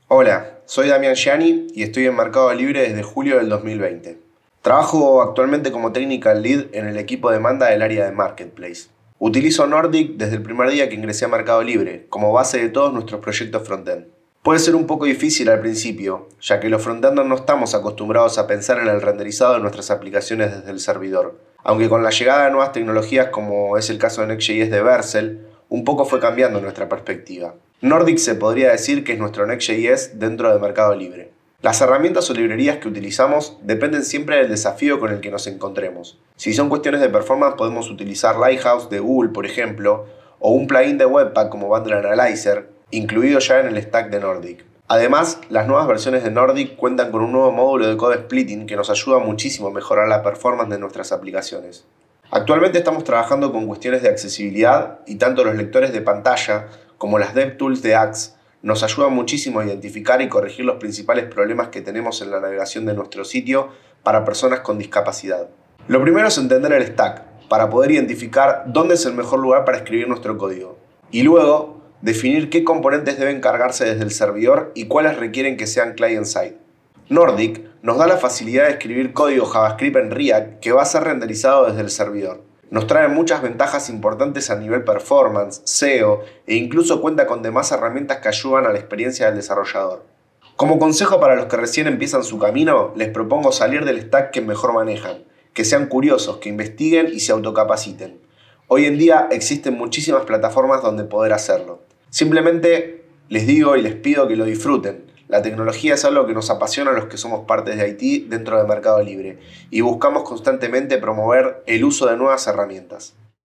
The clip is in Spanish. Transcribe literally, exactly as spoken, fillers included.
Hola, soy Damián Gianni y estoy en Mercado Libre desde julio del dos mil veinte. Trabajo actualmente como Technical Lead en el equipo de demanda del área de Marketplace. Utilizo Nordic desde el primer día que ingresé a Mercado Libre, como base de todos nuestros proyectos frontend. Puede ser un poco difícil al principio, ya que los frontenders no estamos acostumbrados a pensar en el renderizado de nuestras aplicaciones desde el servidor. Aunque con la llegada de nuevas tecnologías como es el caso de Next.js de Vercel, un poco fue cambiando nuestra perspectiva. Nordic se podría decir que es nuestro Next.js dentro de Mercado Libre. Las herramientas o librerías que utilizamos dependen siempre del desafío con el que nos encontremos. Si son cuestiones de performance podemos utilizar Lighthouse de Google, por ejemplo, o un plugin de Webpack como Bundle Analyzer, incluido ya en el stack de Nordic. Además, las nuevas versiones de Nordic cuentan con un nuevo módulo de code splitting que nos ayuda muchísimo a mejorar la performance de nuestras aplicaciones. Actualmente estamos trabajando con cuestiones de accesibilidad y tanto los lectores de pantalla como las DevTools de Axe nos ayudan muchísimo a identificar y corregir los principales problemas que tenemos en la navegación de nuestro sitio para personas con discapacidad. Lo primero es entender el stack, para poder identificar dónde es el mejor lugar para escribir nuestro código. Y luego, definir qué componentes deben cargarse desde el servidor y cuáles requieren que sean client-side. Nordic nos da la facilidad de escribir código JavaScript en React que va a ser renderizado desde el servidor. Nos trae muchas ventajas importantes a nivel performance, S E O e incluso cuenta con demás herramientas que ayudan a la experiencia del desarrollador. Como consejo para los que recién empiezan su camino, les propongo salir del stack que mejor manejan, que sean curiosos, que investiguen y se autocapaciten. Hoy en día existen muchísimas plataformas donde poder hacerlo. Simplemente les digo y les pido que lo disfruten. La tecnología es algo que nos apasiona a los que somos partes de I T dentro de Mercado Libre y buscamos constantemente promover el uso de nuevas herramientas.